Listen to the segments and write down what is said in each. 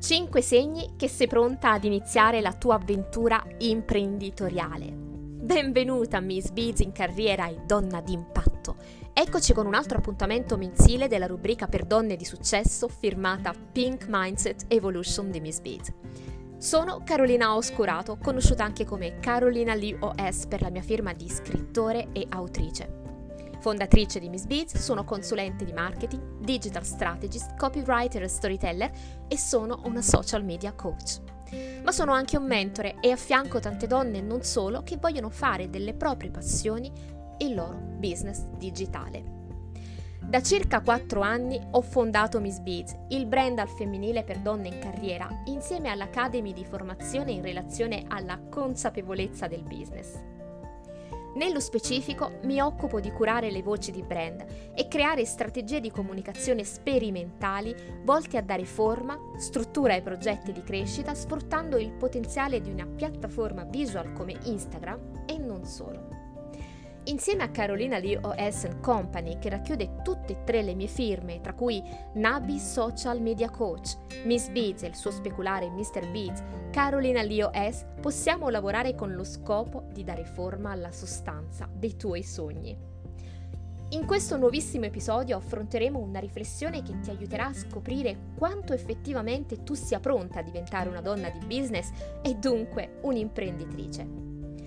5 segni che sei pronta ad iniziare la tua avventura imprenditoriale. Benvenuta Miss Biz in carriera e donna d'impatto. Eccoci con un altro appuntamento mensile della rubrica per donne di successo firmata Pink Mindset Evolution di Miss Biz. Sono Carolina Oscurato, conosciuta anche come Carolina Lee OS per la mia firma di scrittore e autrice. Fondatrice di Miss Biz, sono consulente di marketing, digital strategist, copywriter e storyteller e sono una social media coach. Ma sono anche un mentore e affianco tante donne, non solo, che vogliono fare delle proprie passioni il loro business digitale. Da circa 4 anni ho fondato Miss Biz, il brand al femminile per donne in carriera, insieme all'Academy di formazione in relazione alla consapevolezza del business. Nello specifico mi occupo di curare le voci di brand e creare strategie di comunicazione sperimentali volte a dare forma, struttura ai progetti di crescita sfruttando il potenziale di una piattaforma visual come Instagram e non solo. Insieme a Carolina Lee OS Company, che racchiude tutte e 3 le mie firme, tra cui Nabi Social Media Coach, Miss Biz e il suo speculare Mr. Biz, Carolina Lee OS, possiamo lavorare con lo scopo di dare forma alla sostanza dei tuoi sogni. In questo nuovissimo episodio affronteremo una riflessione che ti aiuterà a scoprire quanto effettivamente tu sia pronta a diventare una donna di business e dunque un'imprenditrice.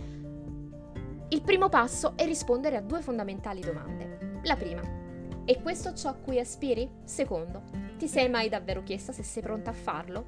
Il primo passo è rispondere a 2 fondamentali domande. La prima: è questo ciò a cui aspiri? Secondo: ti sei mai davvero chiesta se sei pronta a farlo?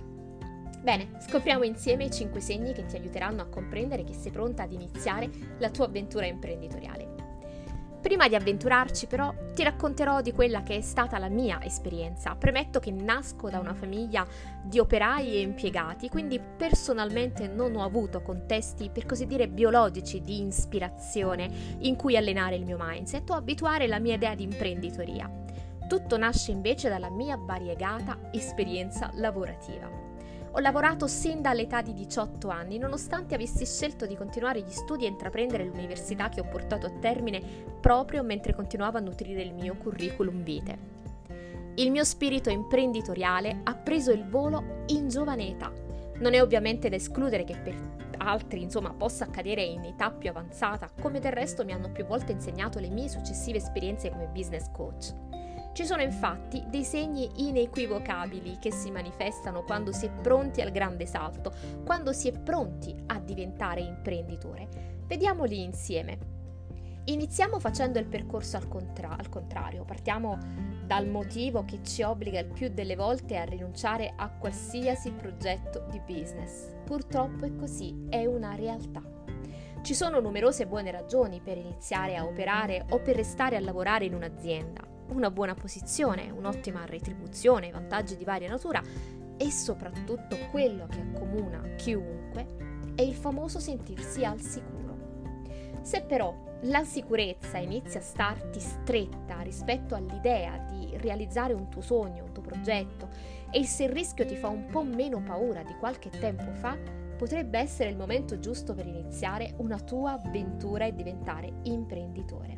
Bene, scopriamo insieme i 5 segni che ti aiuteranno a comprendere che sei pronta ad iniziare la tua avventura imprenditoriale. Prima di avventurarci però ti racconterò di quella che è stata la mia esperienza. Premetto che nasco da una famiglia di operai e impiegati, quindi personalmente non ho avuto contesti per così dire biologici di ispirazione in cui allenare il mio mindset o abituare la mia idea di imprenditoria. Tutto nasce invece dalla mia variegata esperienza lavorativa. Ho lavorato sin dall'età di 18 anni, nonostante avessi scelto di continuare gli studi e intraprendere l'università che ho portato a termine proprio mentre continuavo a nutrire il mio curriculum vitae. Il mio spirito imprenditoriale ha preso il volo in giovane età. Non è ovviamente da escludere che per altri, possa accadere in età più avanzata, come del resto mi hanno più volte insegnato le mie successive esperienze come business coach. Ci sono infatti dei segni inequivocabili che si manifestano quando si è pronti al grande salto, quando si è pronti a diventare imprenditore. Vediamoli insieme. Iniziamo facendo il percorso al contrario. Partiamo dal motivo che ci obbliga il più delle volte a rinunciare a qualsiasi progetto di business. Purtroppo è così, è una realtà. Ci sono numerose buone ragioni per iniziare a operare o per restare a lavorare in un'azienda. Una buona posizione, un'ottima retribuzione, vantaggi di varia natura e soprattutto quello che accomuna chiunque è il famoso sentirsi al sicuro. Se però la sicurezza inizia a starti stretta rispetto all'idea di realizzare un tuo sogno, un tuo progetto e se il rischio ti fa un po' meno paura di qualche tempo fa, potrebbe essere il momento giusto per iniziare una tua avventura e diventare imprenditore.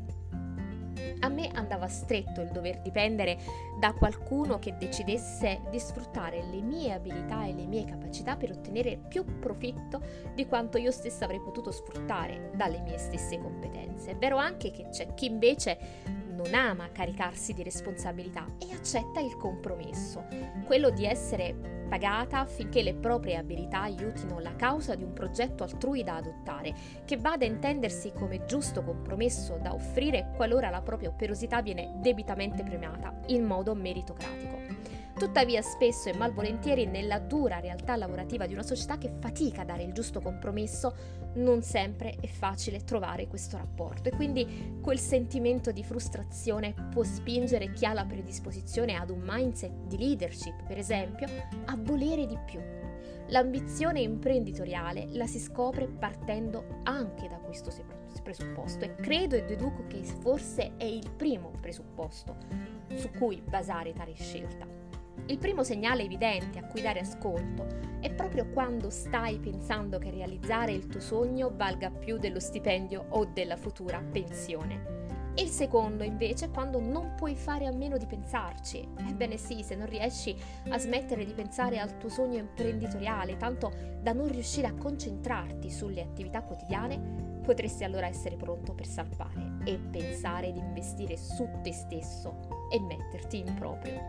A me andava stretto il dover dipendere da qualcuno che decidesse di sfruttare le mie abilità e le mie capacità per ottenere più profitto di quanto io stessa avrei potuto sfruttare dalle mie stesse competenze. È vero anche che c'è chi invece non ama caricarsi di responsabilità e accetta il compromesso, quello di essere pagata affinché le proprie abilità aiutino la causa di un progetto altrui da adottare, che va ad intendersi come giusto compromesso da offrire qualora la propria operosità viene debitamente premiata in modo meritocratico. Tuttavia spesso e malvolentieri nella dura realtà lavorativa di una società che fatica a dare il giusto compromesso, non sempre è facile trovare questo rapporto e quindi quel sentimento di frustrazione può spingere chi ha la predisposizione ad un mindset di leadership, per esempio, a volere di più. L'ambizione imprenditoriale la si scopre partendo anche da questo presupposto e credo e deduco che forse è il primo presupposto su cui basare tale scelta. Il primo segnale evidente a cui dare ascolto è proprio quando stai pensando che realizzare il tuo sogno valga più dello stipendio o della futura pensione. Il secondo invece è quando non puoi fare a meno di pensarci. Ebbene sì, se non riesci a smettere di pensare al tuo sogno imprenditoriale, tanto da non riuscire a concentrarti sulle attività quotidiane, potresti allora essere pronto per salpare e pensare di investire su te stesso e metterti in proprio.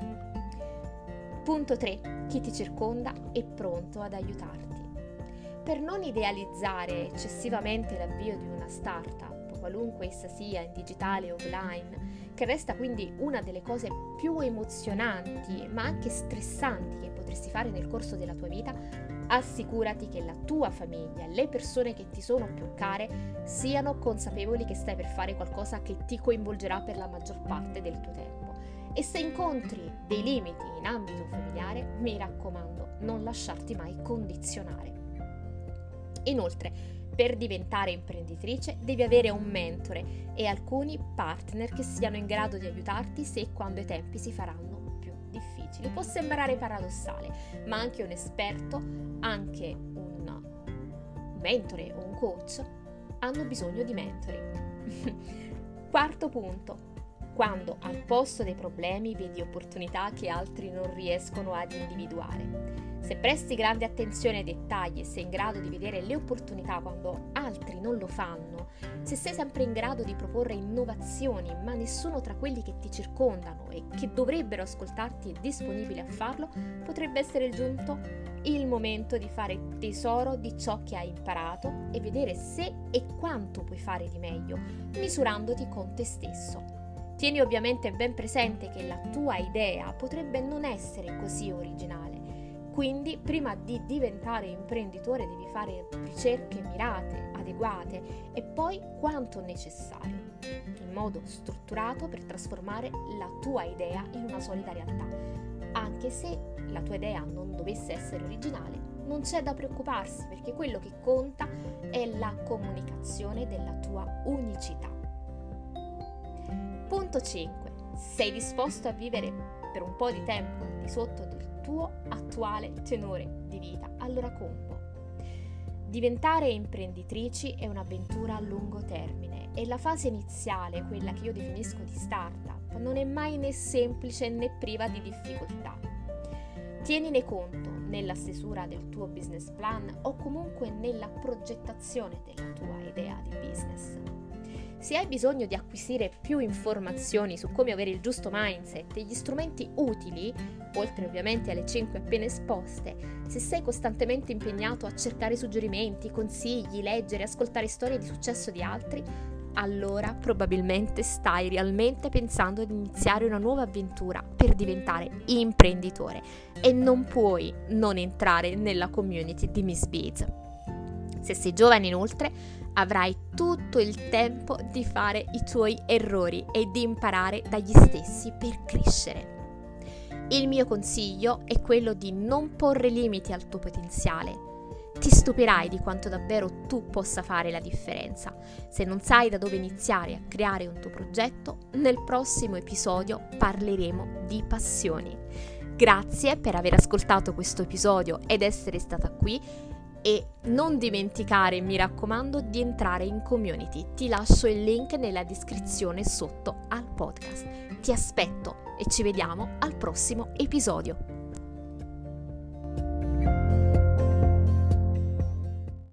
Punto 3. Chi ti circonda è pronto ad aiutarti. Per non idealizzare eccessivamente l'avvio di una startup, qualunque essa sia, in digitale o offline, che resta quindi una delle cose più emozionanti ma anche stressanti che potresti fare nel corso della tua vita, assicurati che la tua famiglia, le persone che ti sono più care, siano consapevoli che stai per fare qualcosa che ti coinvolgerà per la maggior parte del tuo tempo. E se incontri dei limiti in ambito familiare, mi raccomando, non lasciarti mai condizionare. Inoltre, per diventare imprenditrice devi avere un mentore e alcuni partner che siano in grado di aiutarti se e quando i tempi si faranno più difficili. Può sembrare paradossale, ma anche un esperto, anche un mentore o un coach hanno bisogno di mentori. Quarto punto. Quando al posto dei problemi vedi opportunità che altri non riescono ad individuare. Se presti grande attenzione ai dettagli e sei in grado di vedere le opportunità quando altri non lo fanno, se sei sempre in grado di proporre innovazioni ma nessuno tra quelli che ti circondano e che dovrebbero ascoltarti è disponibile a farlo, potrebbe essere giunto il momento di fare tesoro di ciò che hai imparato e vedere se e quanto puoi fare di meglio, misurandoti con te stesso. Tieni ovviamente ben presente che la tua idea potrebbe non essere così originale. Quindi, prima di diventare imprenditore devi fare ricerche mirate, adeguate e poi quanto necessario, in modo strutturato per trasformare la tua idea in una solida realtà. Anche se la tua idea non dovesse essere originale, non c'è da preoccuparsi perché quello che conta è la comunicazione della tua unicità. Punto 5. Sei disposto a vivere per un po' di tempo al di sotto del tuo attuale tenore di vita? Allora compo. Diventare imprenditrici è un'avventura a lungo termine e la fase iniziale, quella che io definisco di startup, non è mai né semplice né priva di difficoltà. Tienine conto nella stesura del tuo business plan o comunque nella progettazione della tua idea di business. Se hai bisogno di acquisire più informazioni su come avere il giusto mindset e gli strumenti utili, oltre ovviamente alle 5 appena esposte, se sei costantemente impegnato a cercare suggerimenti, consigli, leggere, ascoltare storie di successo di altri, allora probabilmente stai realmente pensando ad iniziare una nuova avventura per diventare imprenditore e non puoi non entrare nella community di Miss Biz. Se sei giovane inoltre, avrai tutto il tempo di fare i tuoi errori e di imparare dagli stessi per crescere. Il mio consiglio è quello di non porre limiti al tuo potenziale. Ti stupirai di quanto davvero tu possa fare la differenza. Se non sai da dove iniziare a creare un tuo progetto, nel prossimo episodio parleremo di passioni. Grazie per aver ascoltato questo episodio ed essere stata qui. E non dimenticare, mi raccomando, di entrare in community. Ti lascio il link nella descrizione sotto al podcast. Ti aspetto e ci vediamo al prossimo episodio.